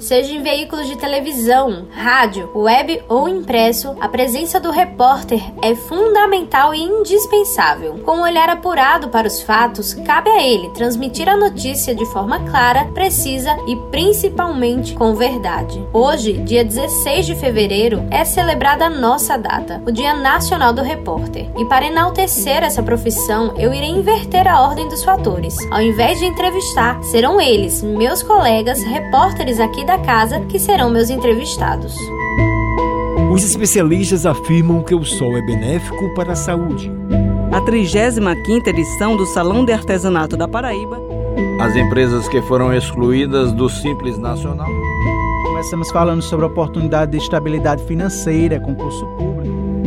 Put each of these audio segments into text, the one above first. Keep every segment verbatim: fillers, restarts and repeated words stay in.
Seja em veículos de televisão, rádio, web ou impresso, a presença do repórter é fundamental e indispensável. Com um olhar apurado para os fatos, cabe a ele transmitir a notícia de forma clara, precisa e principalmente com verdade. Hoje, dia dezesseis de fevereiro, é celebrada a nossa data, o Dia Nacional do Repórter. E para enaltecer essa profissão, eu irei inverter a ordem dos fatores. Ao invés de entrevistar, serão eles, meus colegas, repórteres aqui da casa, que serão meus entrevistados. Os especialistas afirmam que o sol é benéfico para a saúde. A trigésima quinta edição do Salão de Artesanato da Paraíba. As empresas que foram excluídas do Simples Nacional. Começamos falando sobre a oportunidade de estabilidade financeira, concurso público.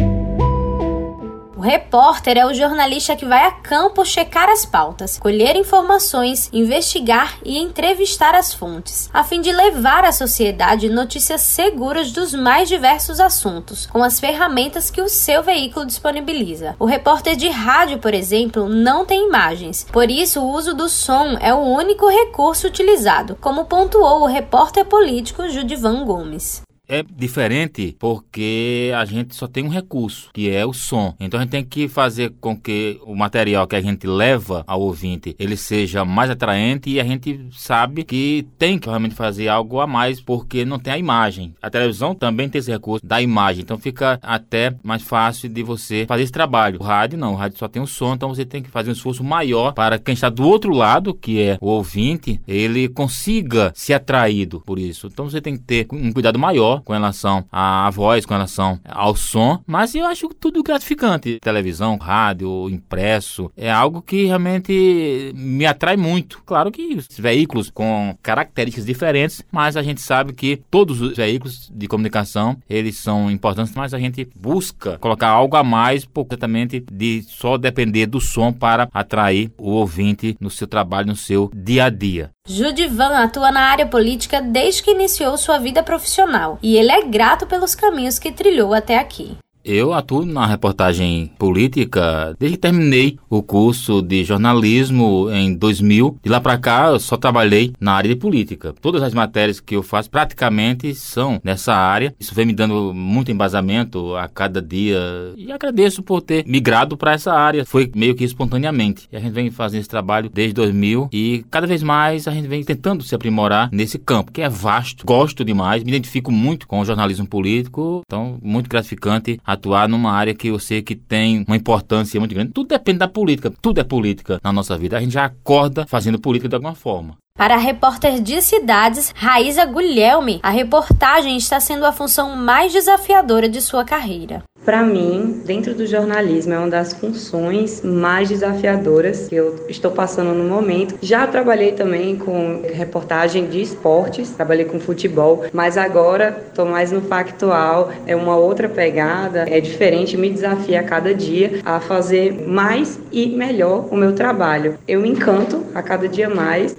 O repórter é o jornalista que vai a campo checar as pautas, colher informações, investigar e entrevistar as fontes, a fim de levar à sociedade notícias seguras dos mais diversos assuntos, com as ferramentas que o seu veículo disponibiliza. O repórter de rádio, por exemplo, não tem imagens, por isso o uso do som é o único recurso utilizado, como pontuou o repórter político Judivan Gomes. É diferente porque a gente só tem um recurso, que é o som. Então a gente tem que fazer com que o material que a gente leva ao ouvinte, ele seja mais atraente, e a gente sabe que tem que realmente fazer algo a mais porque não tem a imagem. A televisão também tem esse recurso da imagem, então fica até mais fácil de você fazer esse trabalho. O rádio não, o rádio só tem o som, então você tem que fazer um esforço maior para quem está do outro lado, que é o ouvinte, ele consiga ser atraído por isso. Então você tem que ter um cuidado maior com relação à voz, com relação ao som, mas eu acho tudo gratificante. Televisão, rádio, impresso, é algo que realmente me atrai muito. Claro que os veículos com características diferentes, mas a gente sabe que todos os veículos de comunicação, eles são importantes, mas a gente busca colocar algo a mais, exatamente de só depender do som para atrair o ouvinte no seu trabalho, no seu dia a dia. Judivan atua na área política desde que iniciou sua vida profissional e ele é grato pelos caminhos que trilhou até aqui. Eu atuo na reportagem política desde que terminei o curso de jornalismo em dois mil. De lá para cá, eu só trabalhei na área de política. Todas as matérias que eu faço praticamente são nessa área. Isso vem me dando muito embasamento a cada dia. E agradeço por ter migrado para essa área. Foi meio que espontaneamente. E a gente vem fazendo esse trabalho desde dois mil. E cada vez mais a gente vem tentando se aprimorar nesse campo, que é vasto. Gosto demais, me identifico muito com o jornalismo político. Então, muito gratificante atuar numa área que eu sei que tem uma importância muito grande. Tudo depende da política, tudo é política na nossa vida. A gente já acorda fazendo política de alguma forma. Para a repórter de cidades, Raíza Guglielmi, a reportagem está sendo a função mais desafiadora de sua carreira. Para mim, dentro do jornalismo, é uma das funções mais desafiadoras que eu estou passando no momento. Já trabalhei também com reportagem de esportes, trabalhei com futebol, mas agora estou mais no factual, é uma outra pegada, é diferente, me desafia a cada dia a fazer mais e melhor o meu trabalho. Eu me encanto a cada dia mais,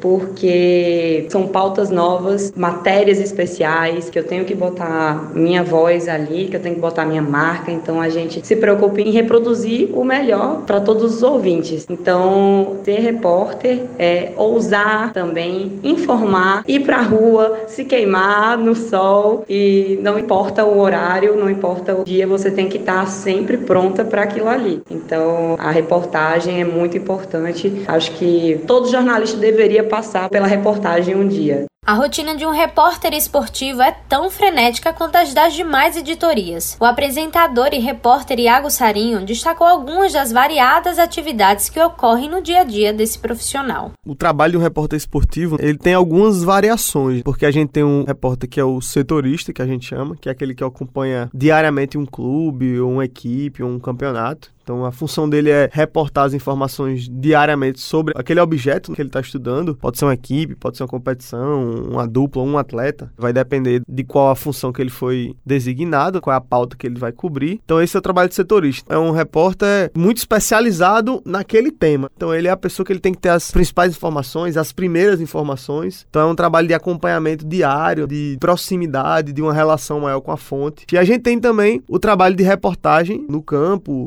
porque são pautas novas, matérias especiais, que eu tenho que botar minha voz ali, que eu tenho que botar minha marca. Então a gente se preocupa em reproduzir o melhor para todos os ouvintes. Então ser repórter é ousar também, informar, ir para a rua, se queimar no sol, e não importa o horário, não importa o dia, você tem que estar sempre pronta para aquilo ali. Então a reportagem é muito importante. Acho que todo jornalista deveria passar pela reportagem um dia. A rotina de um repórter esportivo é tão frenética quanto as das demais editorias. O apresentador e repórter Iago Sarinho destacou algumas das variadas atividades que ocorrem no dia a dia desse profissional. O trabalho de um repórter esportivo, ele tem algumas variações, porque a gente tem um repórter que é o setorista, que a gente chama, que é aquele que acompanha diariamente um clube, ou uma equipe, ou um campeonato. Então a função dele é reportar as informações diariamente sobre aquele objeto que ele está estudando. Pode ser uma equipe, pode ser uma competição, uma dupla, um atleta. Vai depender de qual a função que ele foi designado, qual é a pauta que ele vai cobrir. Então esse é o trabalho de setorista. É um repórter muito especializado naquele tema. Então ele é a pessoa que ele tem que ter as principais informações, as primeiras informações. Então é um trabalho de acompanhamento diário, de proximidade, de uma relação maior com a fonte. E a gente tem também o trabalho de reportagem no campo, nas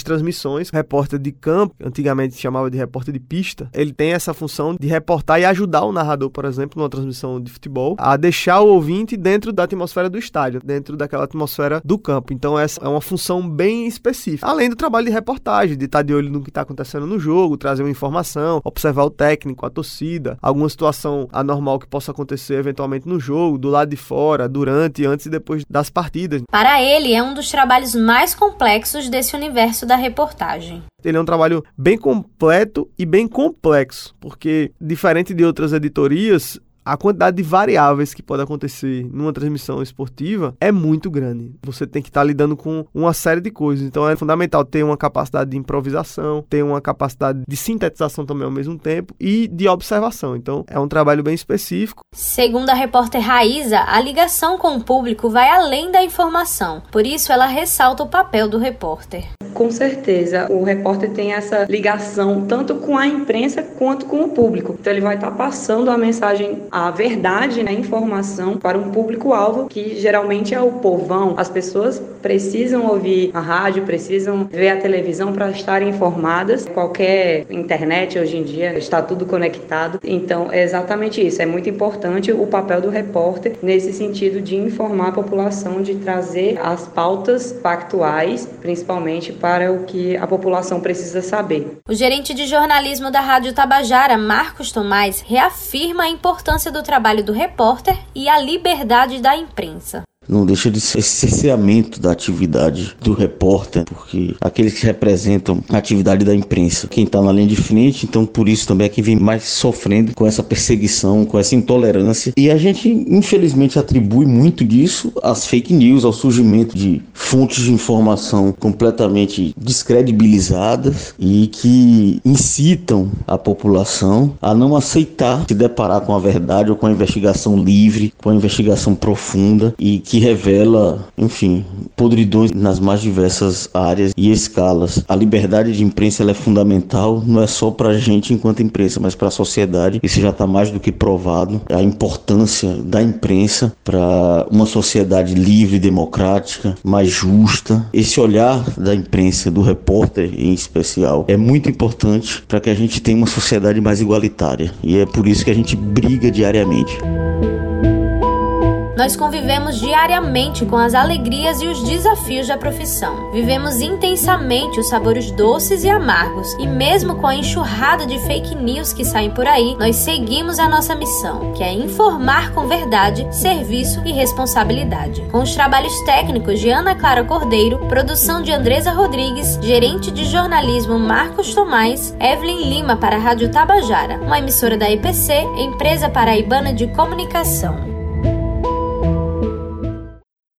transmissões. O repórter de campo, antigamente se chamava de repórter de pista, ele tem essa função de reportar e ajudar o narrador, por exemplo, numa transmissão de futebol, a deixar o ouvinte dentro da atmosfera do estádio, dentro daquela atmosfera do campo. Então essa é uma função bem específica. Além do trabalho de reportagem, de estar de olho no que está acontecendo no jogo, trazer uma informação, observar o técnico, a torcida, alguma situação anormal que possa acontecer eventualmente no jogo, do lado de fora, durante, antes e depois das partidas. Para ele, é um dos trabalhos mais complexos desse universo da reportagem. Ele é um trabalho bem completo e bem complexo, porque, diferente de outras editorias, a quantidade de variáveis que pode acontecer numa transmissão esportiva é muito grande. Você tem que estar lidando com uma série de coisas. Então é fundamental ter uma capacidade de improvisação, ter uma capacidade de sintetização também ao mesmo tempo e de observação. Então é um trabalho bem específico. Segundo a repórter Raíza, a ligação com o público vai além da informação. Por isso ela ressalta o papel do repórter. Com certeza, o repórter tem essa ligação tanto com a imprensa quanto com o público. Então ele vai estar passando a mensagem, a verdade, né, a informação para um público-alvo que geralmente é o povão. As pessoas precisam ouvir a rádio, precisam ver a televisão para estarem informadas. Qualquer internet hoje em dia está tudo conectado. Então é exatamente isso. É muito importante o papel do repórter nesse sentido de informar a população, de trazer as pautas factuais, principalmente para o que a população precisa saber. O gerente de jornalismo da Rádio Tabajara, Marcos Tomás, reafirma a importância do trabalho do repórter e a liberdade da imprensa. Não deixa de ser esse cerceamento da atividade do repórter, porque aqueles que representam a atividade da imprensa, quem está na linha de frente, então por isso também é quem vem mais sofrendo com essa perseguição, com essa intolerância. E a gente, infelizmente, atribui muito disso às fake news, ao surgimento de fontes de informação completamente descredibilizadas e que incitam a população a não aceitar se deparar com a verdade ou com a investigação livre, com a investigação profunda e que revela, enfim, podridões nas mais diversas áreas e escalas. A liberdade de imprensa ela é fundamental, não é só para a gente enquanto imprensa, mas para a sociedade. Isso já está mais do que provado. A importância da imprensa para uma sociedade livre, democrática, mais justa. Esse olhar da imprensa, do repórter em especial, é muito importante para que a gente tenha uma sociedade mais igualitária. E é por isso que a gente briga diariamente. Nós convivemos diariamente com as alegrias e os desafios da profissão. Vivemos intensamente os sabores doces e amargos. E mesmo com a enxurrada de fake news que saem por aí, nós seguimos a nossa missão, que é informar com verdade, serviço e responsabilidade. Com os trabalhos técnicos de Ana Clara Cordeiro, produção de Andresa Rodrigues, gerente de jornalismo Marcos Tomás, Evelyn Lima para a Rádio Tabajara, uma emissora da E P C, Empresa Paraibana de Comunicação.